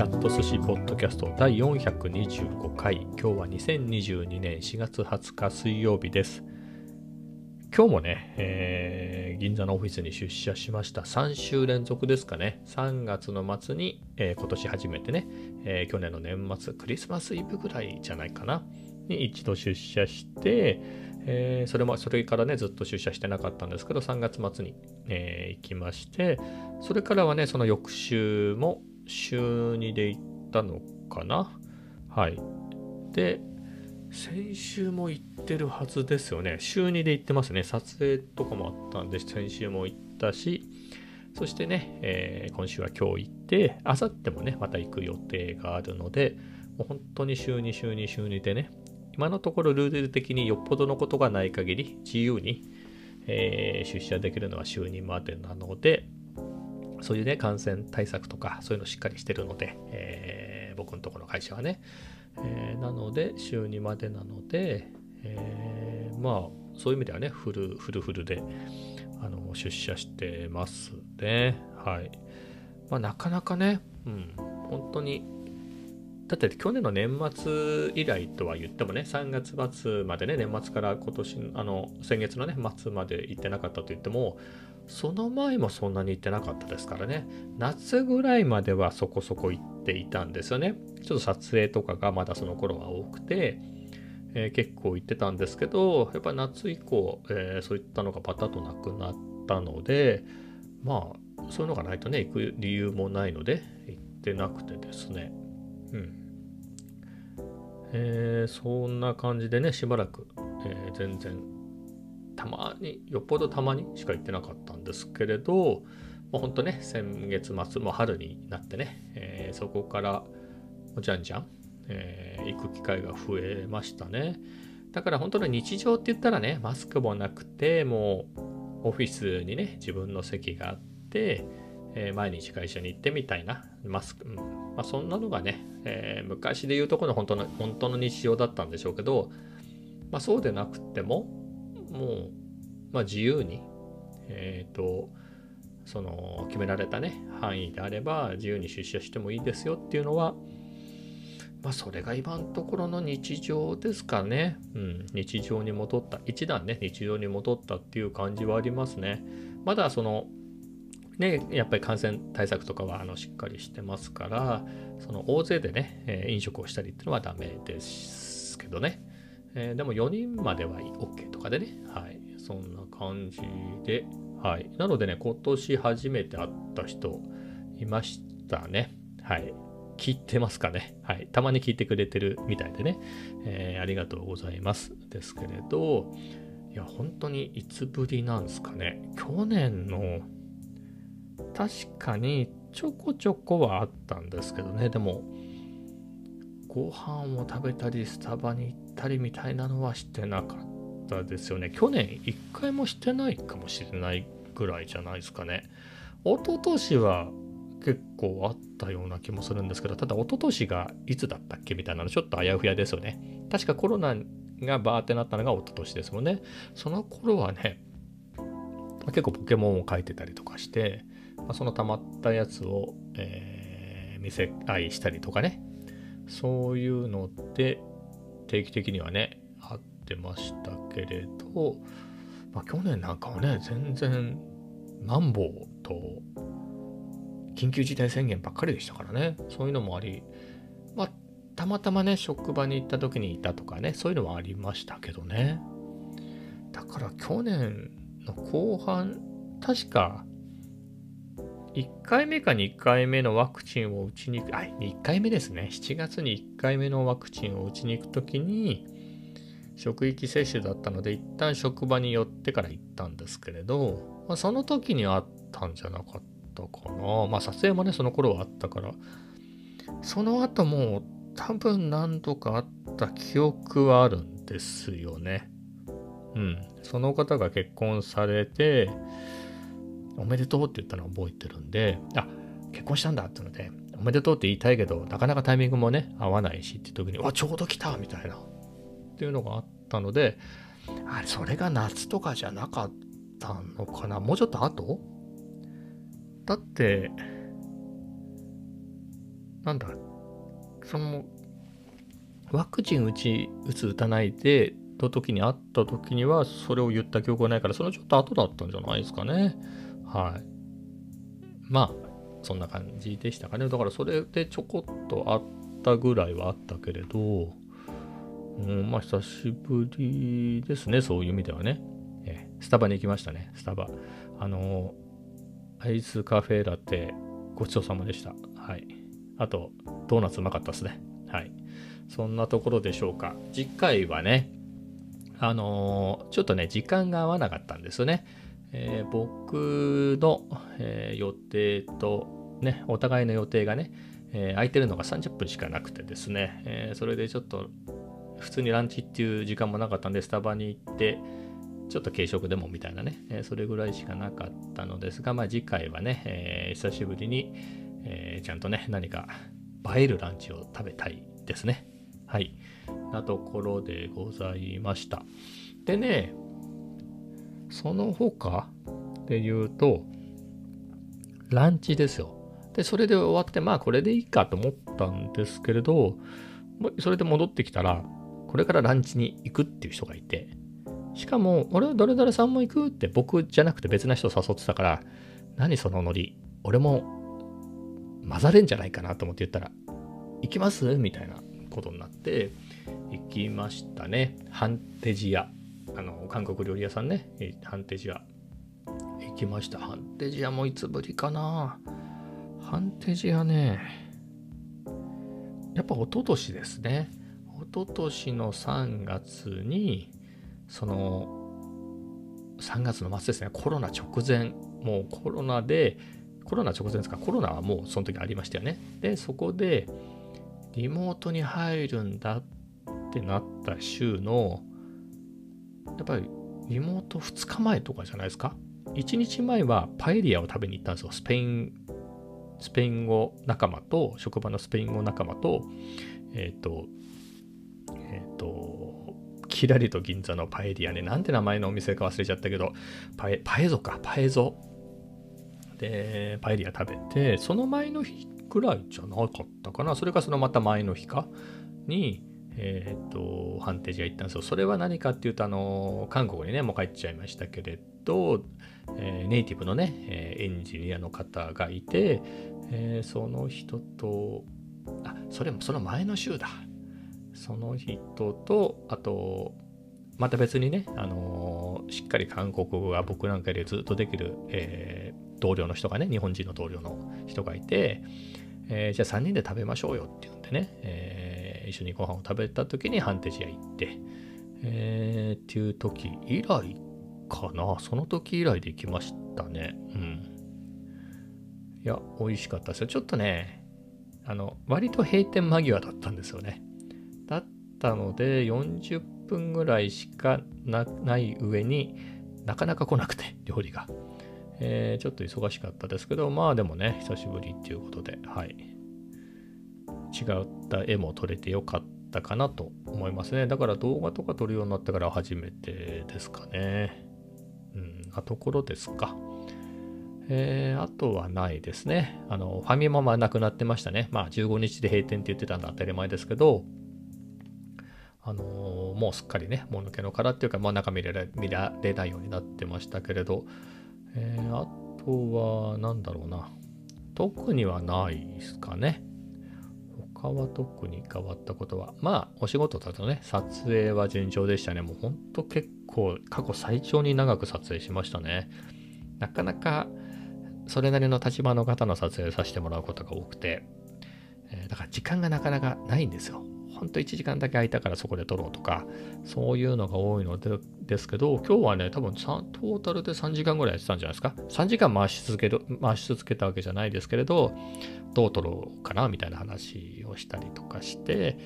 ット寿司ポッドキャスト第425回。今日は2022年4月20日水曜日です。今日もね、銀座のオフィスに出社しました。3週連続ですかね。3月の末に、今年初めてね、去年の年末クリスマスイブぐらいじゃないかなに一度出社して、それからねずっと出社してなかったんですけど、3月末に、行きまして、それからはねその翌週も週2で行ったのかな。はい。で先週も行ってるはずですよね。週2で行ってますね。撮影とかもあったんで先週も行ったし、そしてね、今週は今日行って、あさってもねまた行く予定があるので、もう本当に週2でね、今のところルール的によっぽどのことがない限り自由に、出社できるのは週2までなので、そういうね感染対策とかそういうのしっかりしてるので、僕のところの会社はね、なので週2までなので、まあそういう意味ではねフルで出社してますね。はい。まあなかなかね、本当にだって去年の年末以来とは言ってもね、3月末までね、年末から今年先月のね末まで行ってなかったと言っても、その前もそんなに行ってなかったですからね。夏ぐらいまではそこそこ行っていたんですよね。ちょっと撮影とかがまだその頃は多くて、結構行ってたんですけど、やっぱ夏以降、そういったのがパタッとなくなったので、まあそういうのがないとね行く理由もないので行ってなくてですね。そんな感じでねしばらく、全然たまによっぽどたまにしか行ってなかったんですけれど、もうほんとね先月末も春になってね、そこからじゃんじゃん、行く機会が増えましたね。だから本当の日常って言ったらね、マスクもなくて、もうオフィスにね自分の席があって、毎日会社に行ってみたいなマスク、まあ、そんなのがね、昔で言うとこの本当の日常だったんでしょうけど、まあ、そうでなくてももう、まあ、自由にその決められたね範囲であれば自由に出社してもいいですよっていうのは、まあそれが今のところの日常ですかね。日常に戻った、一段ね日常に戻ったっていう感じはありますね。まだそのね、やっぱり感染対策とかはしっかりしてますから、その大勢でね、飲食をしたりっていうのはダメですけどね、でも4人までは OK とかでね、はい、そんな感じで、はい、なのでね今年初めて会った人いましたね。はい、聞いてますかね。はい、たまに聞いてくれてるみたいでね、ありがとうございますですけれど、いや本当にいつぶりなんですかね。去年の確かにちょこちょこはあったんですけどね。でもご飯を食べたりスタバに行ったりみたいなのはしてなかったですよね。去年一回もしてないかもしれないぐらいじゃないですかね。一昨年は結構あったような気もするんですけど、ただ一昨年がいつだったっけみたいなのちょっとあやふやですよね。確かコロナがバーってなったのが一昨年ですもんね。その頃はね結構ポケモンを描いてたりとかして、その溜まったやつを、見せ合いしたりとかね、そういうので定期的にはね会ってましたけれど、去年なんかはね全然マンボウと緊急事態宣言ばっかりでしたからね。そういうのもあり、たまたまね職場に行った時にいたとかね、そういうのはありましたけどね。だから去年の後半、確か1回目か2回目のワクチンを打ちに行く、1回目ですね。7月に1回目のワクチンを打ちに行くときに、職域接種だったので、一旦職場に寄ってから行ったんですけれど、その時にあったんじゃなかったかな。撮影もね、その頃はあったから、その後も多分何度かあった記憶はあるんですよね。その方が結婚されて、おめでとうって言ったのを覚えてるんで、結婚したんだってので、おめでとうって言いたいけど、なかなかタイミングもね、合わないしっていう時に、ちょうど来たみたいな、っていうのがあったので、それが夏とかじゃなかったのかな。もうちょっと後だって、 なんだ、ワクチン打つ打たないでの時に会った時にはそれを言った記憶がないから、そのちょっと後だったんじゃないですかね。はい。まあそんな感じでしたかね。だからそれでちょこっと会ったぐらいはあったけれど、まあ久しぶりですね、そういう意味ではね。スタバに行きましたね。スタバ。アイスカフェラテごちそうさまでした。はい。あとドーナツうまかったですね。はい。そんなところでしょうか。次回はね、ちょっとね、時間が合わなかったんですよね。僕の、予定と、ね、お互いの予定がね、空いてるのが30分しかなくてですね、それでちょっと普通にランチっていう時間もなかったんで、スタバに行って、ちょっと軽食でもみたいなね、それぐらいしかなかったのですが、まあ次回はね、久しぶりに、ちゃんとね、何か映えるランチを食べたいですね。はい。なところでございました。でね、その他で言うと、ランチですよ。で、それで終わって、まあこれでいいかと思ったんですけれど、それで戻ってきたら、これからランチに行くっていう人がいて、しかも、俺は誰々さんも行くって僕じゃなくて別な人を誘ってたから、何そのノリ、俺も混ざれんじゃないかなと思って言ったら、行きますみたいなことになって、行きましたね。ハンテジ屋。韓国料理屋さんね。ハンテジ屋。行きました。ハンテジ屋もいつぶりかな。ハンテジ屋ね。やっぱ一昨年ですね。一昨年の3月に、その3月の末ですね。コロナ直前。もうコロナ直前ですか。コロナはもうその時ありましたよね。で、そこでリモートに入るんだってなった週の、やっぱりリモート2日前とかじゃないですか。1日前はパエリアを食べに行ったんですよ。スペイン語仲間と、職場のスペイン語仲間と、キラリと銀座のパエリアね、なんて名前のお店か忘れちゃったけど、パエゾで、パエリア食べて、その前の日くらいじゃなかったかな。それかそのまた前の日かに、ハンテジが行ったんですよ。それは何かっていうと、韓国にね、もう帰っちゃいましたけれど、ネイティブのね、エンジニアの方がいて、その人と、その前の週だ。その人と、あと、また別にね、しっかり韓国語が僕なんかよりずっとできる、同僚の人がね、日本人の同僚の人がいて、じゃあ3人で食べましょうよって言うんでね、一緒にご飯を食べた時にハンテジ屋行って、っていう時以来かな。その時以来で行きましたね。うん。いや、美味しかったですよ。ちょっとね、割と閉店間際だったんですよね。だったので、40分ぐらいしかない上になかなか来なくて、料理が。ちょっと忙しかったですけど、まあでもね、久しぶりっていうことで、はい。違った絵も撮れてよかったかなと思いますね。だから動画とか撮るようになってから初めてですかね。なところですか。あとはないですね。ファミマはなくなってましたね。まあ15日で閉店って言ってたんで当たり前ですけど、もうすっかりね、もぬけの殻っていうか、まあ中見られないようになってましたけれど、あとは、なんだろうな。特にはないですかね。他は特に変わったことは。まあ、お仕事だとね、撮影は順調でしたね。もうほんと結構、過去最長に長く撮影しましたね。なかなか、それなりの立場の方の撮影させてもらうことが多くて、だから時間がなかなかないんですよ。ほんと1時間だけ空いたからそこで撮ろうとか、そういうのが多いのですけど、今日はね、多分トータルで3時間ぐらいやってたんじゃないですか。3時間回し続けたわけじゃないですけれど、どう撮ろうかなみたいな話をしたりとかして、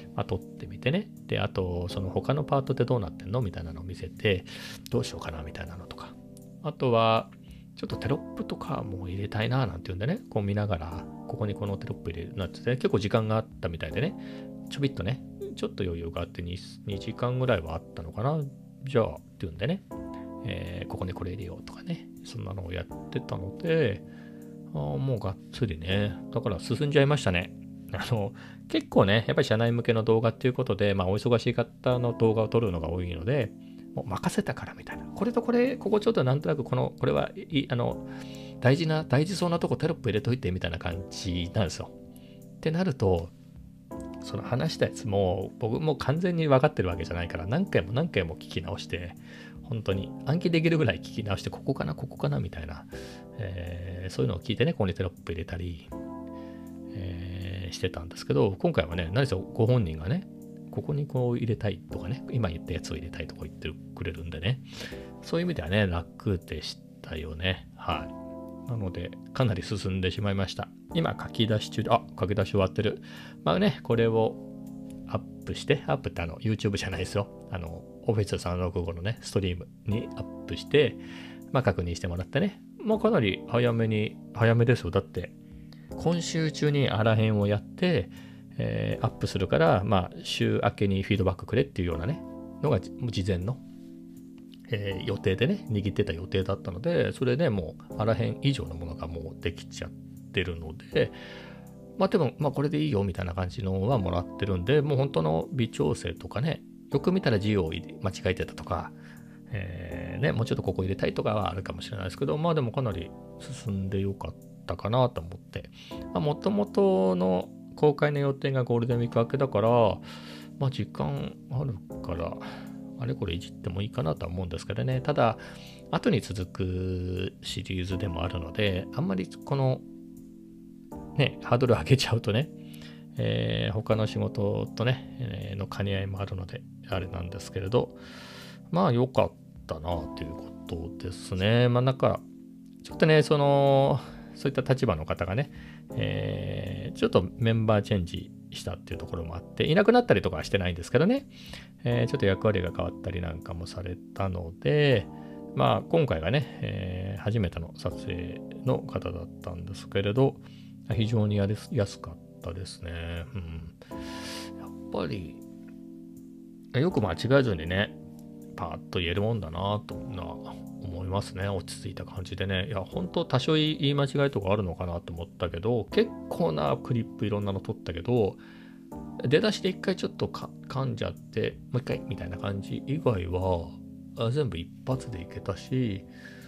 撮ってみてね。で、あと、その他のパートってどうなってんのみたいなのを見せて、どうしようかなみたいなのとか。あとは、ちょっとテロップとかも入れたいななんていうんでね、こう見ながら、ここにこのテロップ入れるなんてね、結構時間があったみたいでね、ちょびっとね、ちょっと余裕があって 2時間ぐらいはあったのかな。じゃあ、っていうんでね、ここにこれ入れようとかね、そんなのをやってたので、もうがっつりね、だから進んじゃいましたね。 結構ね、やっぱり社内向けの動画っていうことで、お忙しい方の動画を撮るのが多いので、もう任せたからみたいな。これとこれ、ここちょっとなんとなくこれ大事そうなとこテロップ入れといてみたいな感じなんですよ。ってなると、その話したやつも僕も完全に分かってるわけじゃないから何回も聞き直して、本当に暗記できるぐらい聞き直して、ここかなみたいな、そういうのを聞いてね、ここにテロップ入れたり、してたんですけど、今回はね、何せご本人がね、ここにこう入れたいとかね、今言ったやつを入れたいとか言ってくれるんでね、そういう意味ではね、楽でしたよね。はい。なので、かなり進んでしまいました。今、書き出し中で、書き出し終わってる。これをアップして、アップってYouTube じゃないですよ。Office 365のね、ストリームにアップして、確認してもらってね。かなり早めですよ。だって、今週中にあらへんをやって、アップするから、週明けにフィードバックくれっていうようなね、のが事前の、予定でね、握ってた予定だったので、それでもうあらへん以上のものがもうできちゃってるので、でも、これでいいよみたいな感じのはもらってるんで、もう本当の微調整とかね、よく見たら字を間違えてたとか、もうちょっとここ入れたいとかはあるかもしれないですけど、でもかなり進んでよかったかなと思って、もともとの公開の予定がゴールデンウィーク明けだから、時間あるから、あれこれいじってもいいかなとは思うんですけどね。ただ、後に続くシリーズでもあるので、あんまりこの、ね、ハードル上げちゃうとね、他の仕事とね、の兼ね合いもあるので、あれなんですけれど、良かったなということですね。なんか、ちょっとね、そういった立場の方がね、ちょっとメンバーチェンジしたっていうところもあって、いなくなったりとかはしてないんですけどね、ちょっと役割が変わったりなんかもされたので、今回がね、初めての撮影の方だったんですけれど、非常にやりやすかったですね。やっぱり、よく間違えずにね、パーッと言えるもんだなと思いますね。落ち着いた感じでね。いや、本当多少言い間違いとかあるのかなと思ったけど、結構なクリップいろんなの撮ったけど、出だしで一回ちょっと噛んじゃって、もう一回みたいな感じ以外は、全部一発でいけたし、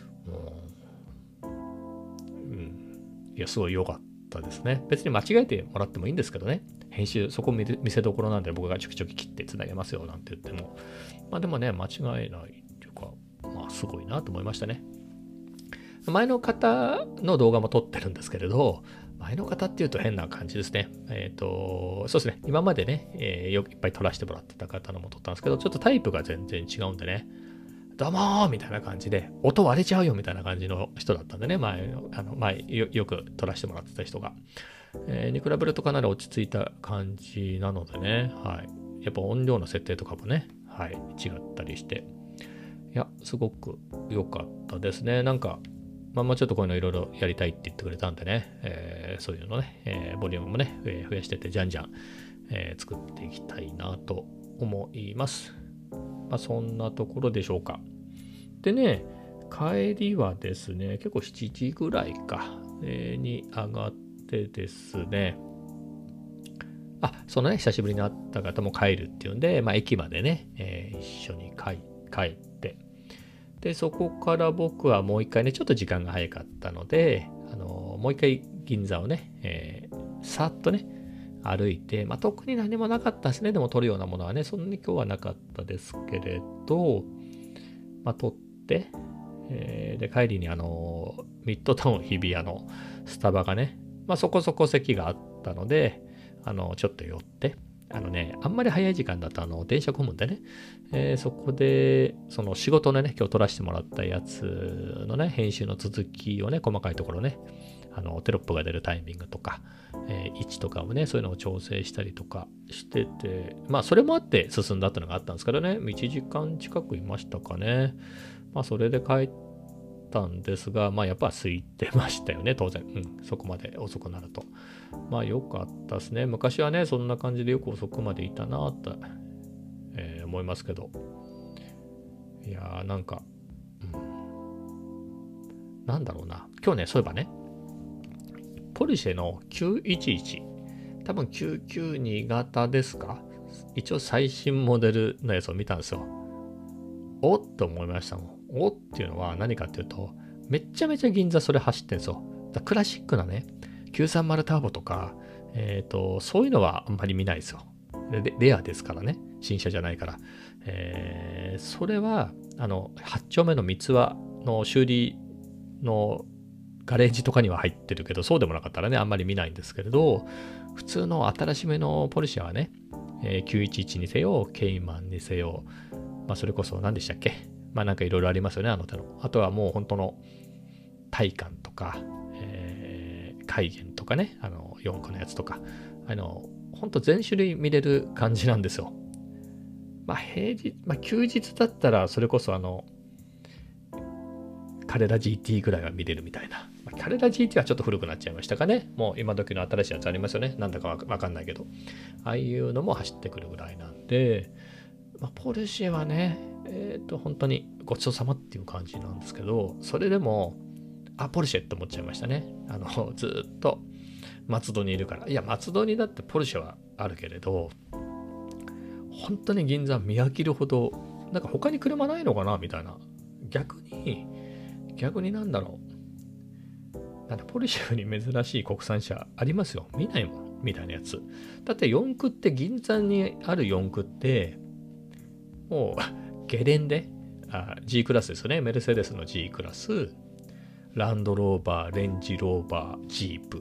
いや、すごい良かったですね。別に間違えてもらってもいいんですけどね。編集、そこ見せどころなんで僕がちょきちょき切ってつなげますよなんて言っても。でもね、間違えないっていうか、すごいなと思いましたね。前の方の動画も撮ってるんですけれど、前の方っていうと変な感じですね。そうですね。今までね、いっぱい撮らせてもらってた方のも撮ったんですけど、ちょっとタイプが全然違うんでね。どうもーみたいな感じで、音割れちゃうよみたいな感じの人だったんでね、前よく撮らせてもらってた人が。に比べるとかなり落ち着いた感じなのでね、はい。やっぱ音量の設定とかもね、はい、違ったりして。いや、すごく良かったですね。なんか、ちょっとこういうのいろいろやりたいって言ってくれたんでね、そういうのね、ボリュームもね、増やしてってじゃんじゃん、作っていきたいなと思います。そんなところでしょうか。でね、帰りはですね、結構7時ぐらいか、に上がってですね、そのね、久しぶりに会った方も帰るっていうんで、駅までね、一緒に帰って、で、そこから僕はもう一回ね、ちょっと時間が早かったので、もう一回銀座をね、さっとね、歩いて、特に何もなかったですね。でも撮るようなものはね、そんなに今日はなかったですけれど、撮って、で、帰りにミッドタウン日比谷のスタバがね、そこそこ席があったので、ちょっと寄って、あんまり早い時間だと電車混むんでね、そこで、その仕事のね、今日撮らせてもらったやつのね、編集の続きをね、細かいところね、テロップが出るタイミングとか、位置とかをね、そういうのを調整したりとかしてて、それもあって進んだってのがあったんですけどね、1時間近くいましたかね。それで帰ったんですが、やっぱ空いてましたよね、当然。そこまで遅くなると。良かったですね。昔はね、そんな感じでよく遅くまでいたなと、思いますけど。いやー、なんか、なんだろうな。今日ね、そういえばね、ポルシェの911っ多分992型ですか。一応最新モデルのやつを見たんですよ。おっと思いましたもん。おっていうのは何かっていうと、めっちゃめちゃ銀座それ走ってんですよ。クラシックなね、930ターボとか、そういうのはあんまり見ないですよ。レアですからね。新車じゃないから。それは、8丁目の三つ輪の修理のガレージとかには入ってるけど、そうでもなかったらね、あんまり見ないんですけれど、普通の新しめのポルシェはね、911にせよ、ケイマンにせよ、それこそ何でしたっけ、なんかいろいろありますよね、あの手の。あとはもう本当のタイカンとか、カイゲンとかね、4個のやつとか、本当全種類見れる感じなんですよ。平日、休日だったらそれこそカレラ GT ぐらいは見れるみたいな。カレラ GT はちょっと古くなっちゃいましたかね。もう今時の新しいやつありますよね。なんだかわかんないけど。ああいうのも走ってくるぐらいなんで、ポルシェはね、本当にごちそうさまっていう感じなんですけど、それでも、ポルシェって思っちゃいましたね。ずっと松戸にいるから。いや、松戸にだってポルシェはあるけれど、本当に銀座見飽きるほど、なんか他に車ないのかなみたいな。逆になんだろう。なんかポルシェに珍しい国産車ありますよ。見ないもん。みたいなやつ。だって四駆って銀座にある四駆って、もうゲレンデ、G クラスですよね。メルセデスの G クラス、ランドローバー、レンジローバー、ジープ、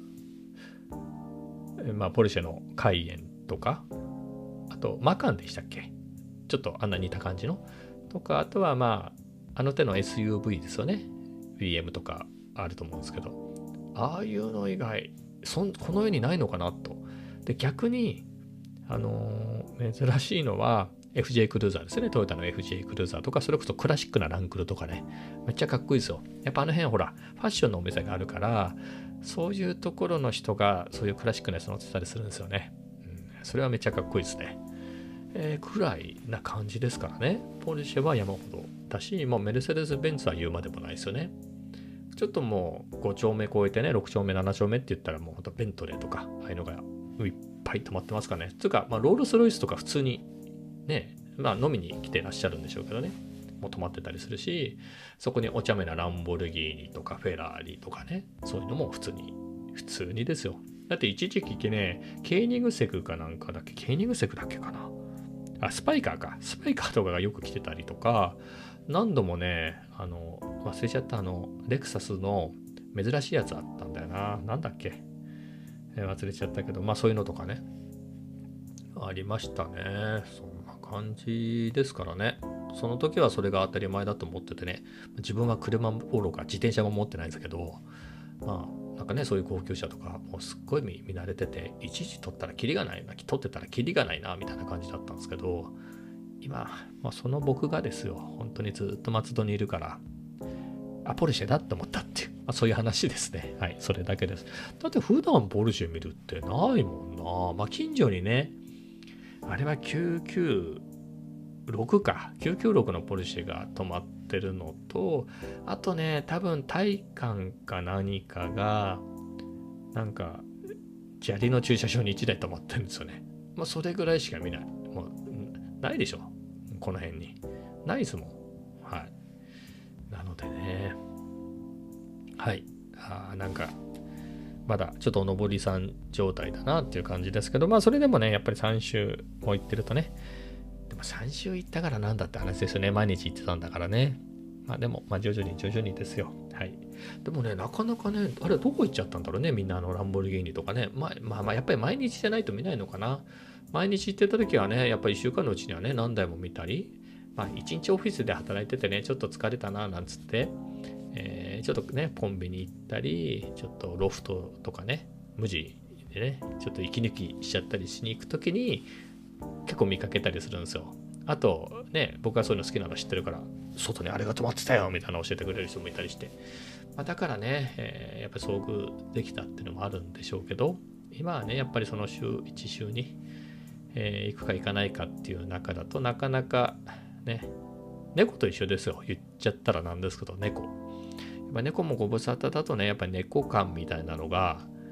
ポルシェのカイエンとか、あとマカンでしたっけ、ちょっとあんな似た感じのとか、あとはあの手の SUV ですよね。 BM とかあると思うんですけど、ああいうの以外この世にないのかなと。で逆に珍しいのは FJ クルーザーですね。トヨタの FJ クルーザーとか、それこそクラシックなランクルとかね、めっちゃかっこいいですよ。やっぱあの辺ほらファッションのお店があるから、そういうところの人がそういうクラシックなやつ乗ってたりするんですよね。それはめっちゃかっこいいですね。くらいな感じですからね。ポルシェは山ほどだし、もうメルセデス・ベンツは言うまでもないですよね。ちょっともう5丁目超えてね、6丁目、7丁目って言ったらもうほんとベントレーとか、ああいうのがいっぱい止まってますかね。つうか、ロールスロイスとか普通にね、飲みに来てらっしゃるんでしょうけどね。もう止まってたりするし、そこにお茶目なランボルギーニとかフェラーリとかね、そういうのも普通にですよ。だって一時期ね、ケーニグセグかなんかだっけ、ケーニグセグだっけかな。スパイカーとかがよく来てたりとか、何度もね、忘れちゃったレクサスの珍しいやつあったんだよな。なんだっけ、忘れちゃったけど、そういうのとかね、ありましたね。そんな感じですからね。その時はそれが当たり前だと思っててね、自分は車おろか自転車も持ってないんですけど、なんかね、そういう高級車とか、もうすっごい見慣れてて、一時取ってたらキリがないな、みたいな感じだったんですけど、今、その僕がですよ、本当にずっと松戸にいるから、ポルシェだって思ったっていう、そういう話ですね。はい、それだけです。だって普段ポルシェ見るってないもんな。近所にね、あれは996か。996のポルシェが止まってるのと、あとね、多分タイカンか何かが、なんか、砂利の駐車場に1台止まってるんですよね。それぐらいしか見ない。もう、ないでしょ。この辺に。ないですもん。はい。なのでね。はい。なんか、まだちょっとお上りさん状態だなっていう感じですけど、それでもね、やっぱり3週も行ってるとね、でも3週行ったからなんだって話ですよね。毎日行ってたんだからね。でも、徐々にですよ。はい。でもね、なかなかね、あれどこ行っちゃったんだろうね、みんなランボルギーニとかね。やっぱり毎日じゃないと見ないのかな。毎日行ってた時はね、やっぱり1週間のうちにはね、何台も見たり、1日オフィスで働いててね、ちょっと疲れたな、なんつって、ちょっとね、コンビニ行ったり、ちょっとロフトとかね、無地でね、ちょっと息抜きしちゃったりしに行く時に、結構見かけたりするんですよ。あとね、僕はそういうの好きなの知ってるから、外にあれが止まってたよみたいなの教えてくれる人もいたりして、だからね、やっぱり遭遇できたっていうのもあるんでしょうけど、今はね、やっぱりその週1週に、行くか行かないかっていう中だとなかなかね、猫と一緒ですよ。言っちゃったらなんですけど、猫もご無沙汰だとね、やっぱり猫感みたいなのが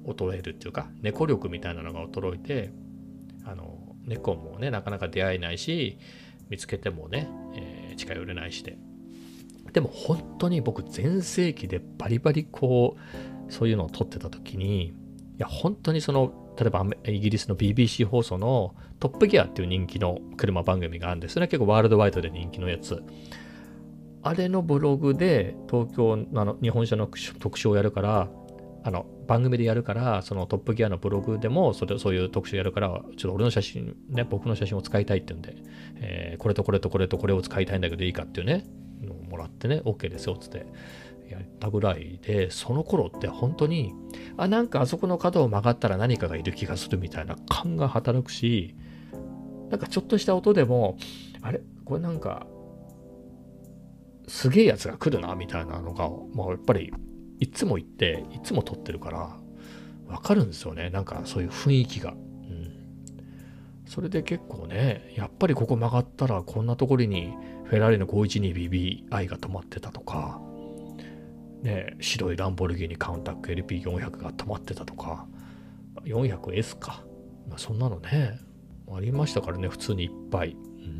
衰えるっていうか、猫力みたいなのが衰えて、猫もねなかなか出会えないし、見つけてもね、近寄れないしでも本当に僕全盛期でバリバリこうそういうのを撮ってた時に、いや本当にその例えばイギリスの BBC 放送のトップギアっていう人気の車番組があるんですね。結構ワールドワイドで人気のやつ。あれのブログで東京日本車の特集をやるから、番組でやるから、そのトップギアのブログでもそういう特集やるから、ちょっと俺の写真ね、僕の写真を使いたいって言うんで、これとこれとこれとこれを使いたいんだけどいいかっていうねのをもらってね OK ですよっつってやったぐらいで、その頃って本当になんかあそこの角を曲がったら何かがいる気がするみたいな感が働くし、なんかちょっとした音でもあれこれなんかすげえやつが来るなみたいなのがもうやっぱりいつも言っていつも撮ってるからわかるんですよね。なんかそういう雰囲気が、それで結構ね、やっぱりここ曲がったらこんなところにフェラーリの 512BBI が止まってたとかね、白いランボルギーニカウンタック LP400 が止まってたとか 400S か、そんなのねありましたからね、普通にいっぱい、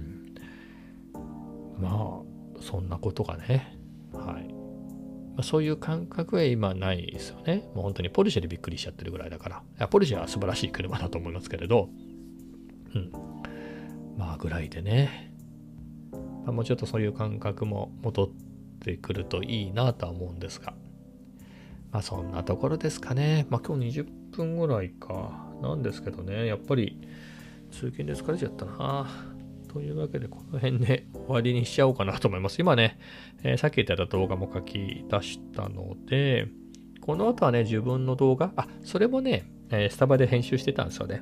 まあそんなことがね、そういう感覚は今ないですよね。もう本当にポルシェでびっくりしちゃってるぐらいだから、ポルシェは素晴らしい車だと思いますけれど、まあぐらいでね、もうちょっとそういう感覚も戻ってくるといいなとは思うんですが、そんなところですかね。今日20分ぐらいかなんですけどね、やっぱり通勤で疲れちゃったな。というわけでこの辺で終わりにしちゃおうかなと思います。今ね、さっき言ってた動画も書き出したので、この後はね自分の動画、それもね、スタバで編集してたんですよね。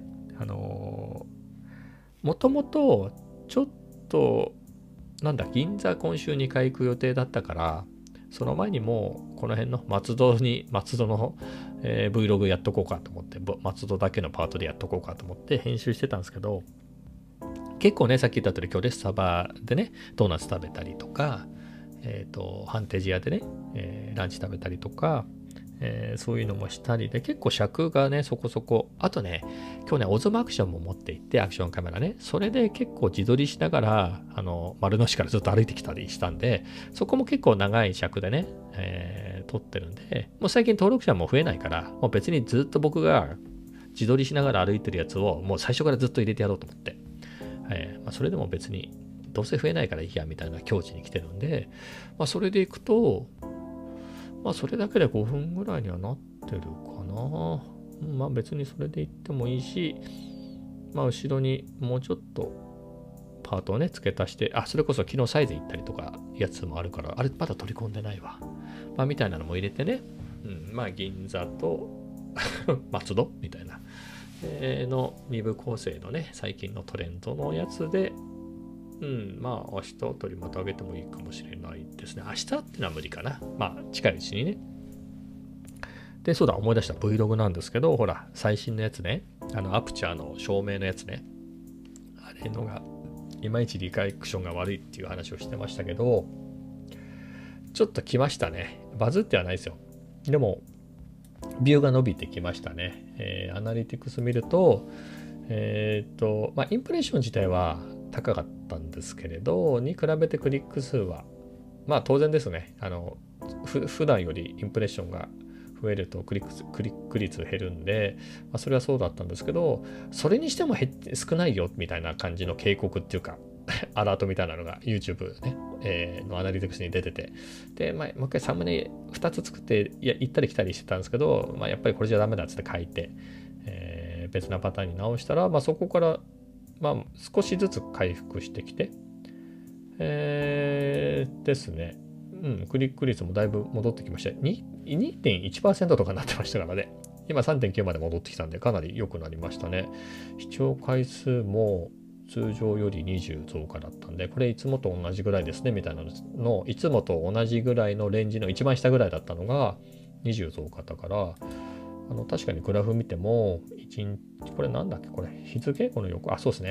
もともとちょっと銀座今週2回行く予定だったから、その前にもうこの辺の松戸の、Vlog やっとこうかと思って、松戸だけのパートでやっとこうかと思って編集してたんですけど、結構ねさっき言った通り今日レスサバでねドーナツ食べたりとか、ハンテジアでね、ランチ食べたりとか、そういうのもしたりで結構尺がねそこそこ。あとね今日ねオズモアクションも持って行って、アクションカメラね、それで結構自撮りしながら丸の内からずっと歩いてきたりしたんで、そこも結構長い尺でね、撮ってるんで、もう最近登録者も増えないから、もう別にずっと僕が自撮りしながら歩いてるやつをもう最初からずっと入れてやろうと思って、それでも別にどうせ増えないからいいやみたいな境地に来てるんで、それでいくとそれだけで5分ぐらいにはなってるかな。別にそれでいってもいいし、後ろにもうちょっとパートをね付け足して、それこそ昨日サイズいったりとかやつもあるから、あれまだ取り込んでないわ、みたいなのも入れてね、銀座と松戸みたいな、の2部構成のね最近のトレンドのやつで、明日取りまた上げてもいいかもしれないですね。明日っていうのは無理かな。近いうちにね。で、そうだ、思い出した Vlog なんですけど、ほら、最新のやつね、アプチャーの照明のやつね、あれのが、いまいちリカレクションが悪いっていう話をしてましたけど、ちょっと来ましたね。バズってはないですよ。でも、ビューが伸びてきましたね。アナリティクス見ると、インプレッション自体は高かったんですけれど、に比べてクリック数は当然ですね。普段よりインプレッションが増えるとクリック率減るんで、それはそうだったんですけど、それにしても少ないよみたいな感じの警告っていうかアラートみたいなのが YouTube ね、のアナリティクスに出てて、で、もう一回サムネ2つ作って行ったり来たりしてたんですけど、やっぱりこれじゃダメだっつって書いて、別なパターンに直したら、そこから少しずつ回復してきて、ですね。クリック率もだいぶ戻ってきました。2.1% とかになってましたからね。今 3.9 まで戻ってきたんでかなり良くなりましたね。視聴回数も通常より20増加だったんで、これいつもと同じぐらいですねみたいなの、いつもと同じぐらいのレンジの一番下ぐらいだったのが20増加だから、確かにグラフ見ても1日、これなんだっけ、これ日付この横、そうです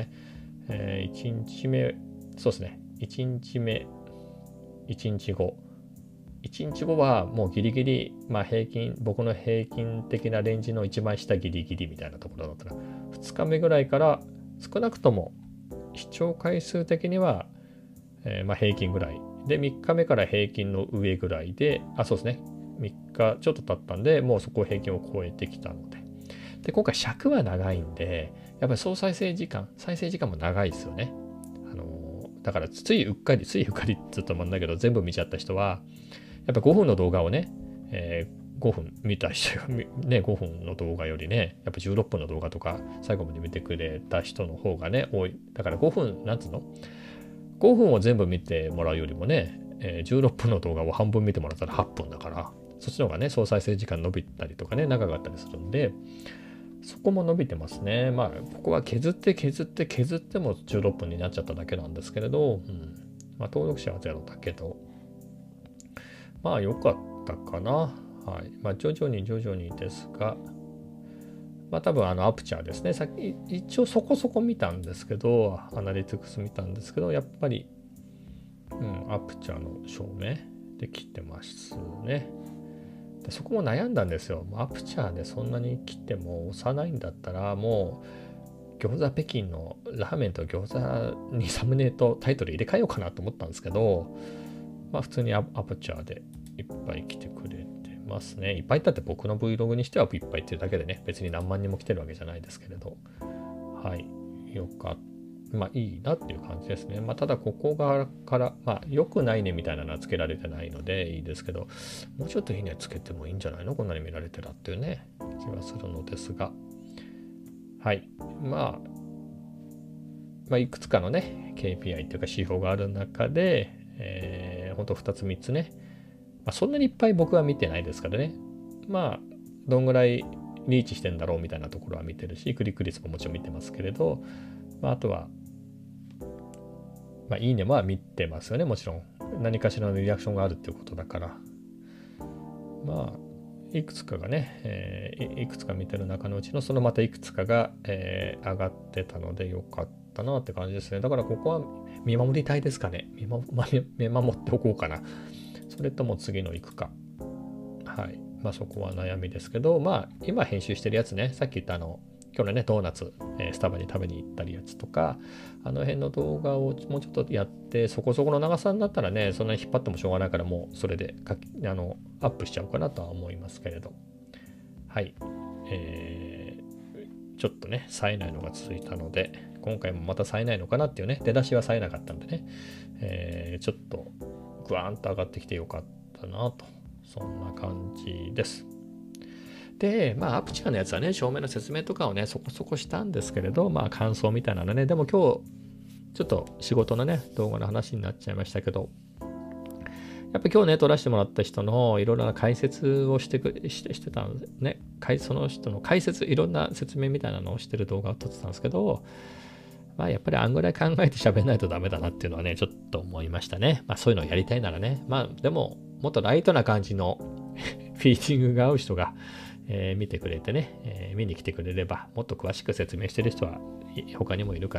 ね。1日目、そうですね。1日目、1日後、 1日後はもうギリギリ、僕の平均的なレンジの一番下ギリギリみたいなところだったら、2日目ぐらいから少なくとも視聴回数的には、平均ぐらいで、3日目から平均の上ぐらいで、そうですね、3日ちょっと経ったんで、もうそこ平均を超えてきたので、今回尺は長いんで、やっぱり総再生時間も長いですよね。だからついうっかりって言ったもんだけど、全部見ちゃった人は、やっぱ5分の動画をね、5分見た人がね、5分の動画よりね、やっぱ16分の動画とか最後まで見てくれた人の方がね、多い。だから5分、5分を全部見てもらうよりもね、16分の動画を半分見てもらったら8分だから、そっちの方がね、総再生時間伸びたりとかね、長かったりするんで、そこも伸びてますね。ここは削っても16分になっちゃっただけなんですけれど、登録者はゼロだけど、良かったかな。はい。徐々にですが、多分アプチャーですね。さっき一応そこそこ見たんですけど、アナリティクス見たんですけど、やっぱり、アプチャーの証明できてますね。でそこも悩んだんですよ。アプチャーでそんなに切っても押さないんだったら、もう餃子北京のラーメンと餃子にサムネとタイトル入れ替えようかなと思ったんですけど、普通にアプチャーでいっぱい来てくれてますね。いっぱいだって僕の Vlog にしてはいっぱいっていうだけでね、別に何万人も来てるわけじゃないですけれど、はい、よかった。いいなっていう感じですね。ただここから良くないねみたいなのはつけられてないのでいいですけど、もうちょっといいねつけてもいいんじゃないの、こんなに見られてらっていうね気はするのですが、はい、いくつかのね KPI というか指標がある中で、ほんと2つ3つね、そんなにいっぱい僕は見てないですからね、どんぐらいリーチしてんだろうみたいなところは見てるし、クリック率ももちろん見てますけれど、あとはいいねは見てますよね。もちろん何かしらのリアクションがあるっていうことだから、いくつかがね、いくつか見てる中のうちのそのまたいくつかが、上がってたのでよかったなって感じですね。だからここは見守りたいですかね。見守っておこうかな。それとも次の行くか。はい。そこは悩みですけど、今編集してるやつね、さっき言った今日のね、ドーナツ、スタバに食べに行ったりやつとか、あの辺の動画をもうちょっとやって、そこそこの長さになったらね、そんなに引っ張ってもしょうがないから、もうそれでアップしちゃおうかなとは思いますけれど。はい。ちょっとね、冴えないのが続いたので、今回もまた冴えないのかなっていうね、出だしは冴えなかったんでね、ちょっとグワーンと上がってきてよかったなと、そんな感じです。で、アプチャーのやつはね、照明の説明とかをね、そこそこしたんですけれど、感想みたいなのね、でも今日、ちょっと仕事のね、動画の話になっちゃいましたけど、やっぱ今日ね、撮らせてもらった人のいろいろな解説をしてたんですね。その人の解説、いろんな説明みたいなのをしてる動画を撮ってたんですけど、やっぱりあんぐらい考えて喋んないとダメだなっていうのはね、ちょっと思いましたね。そういうのをやりたいならね。でも、もっとライトな感じのフィーティングが合う人が、見てくれてね、見に来てくれれば、もっと詳しく説明してる人は他にもいるから、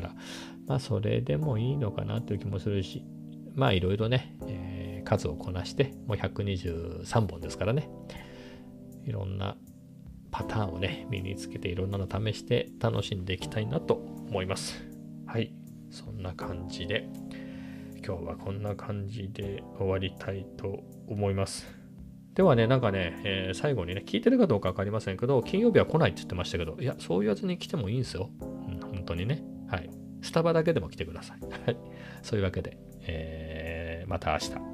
それでもいいのかなという気もするし、いろいろね、数をこなして、もう123本ですからね、いろんなパターンをね、身につけていろんなの試して楽しんでいきたいなと思います。はい、そんな感じで、今日はこんな感じで終わりたいと思います。ではね、最後にね、聞いてるかどうか分かりませんけど、金曜日は来ないって言ってましたけど、いや、そういうやつに来てもいいんですよ。本当にね。はい。スタバだけでも来てください。はい。そういうわけで、また明日。